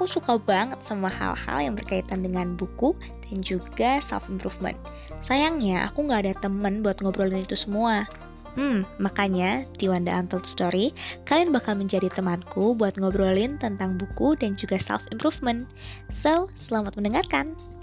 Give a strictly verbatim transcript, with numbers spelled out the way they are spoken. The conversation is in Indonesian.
aku suka banget sama hal-hal yang berkaitan dengan buku dan juga self-improvement. Sayangnya, aku gak ada temen buat ngobrolin itu semua. Hmm, makanya di Wanda Untold Story, kalian bakal menjadi temanku buat ngobrolin tentang buku dan juga self-improvement. So, selamat mendengarkan!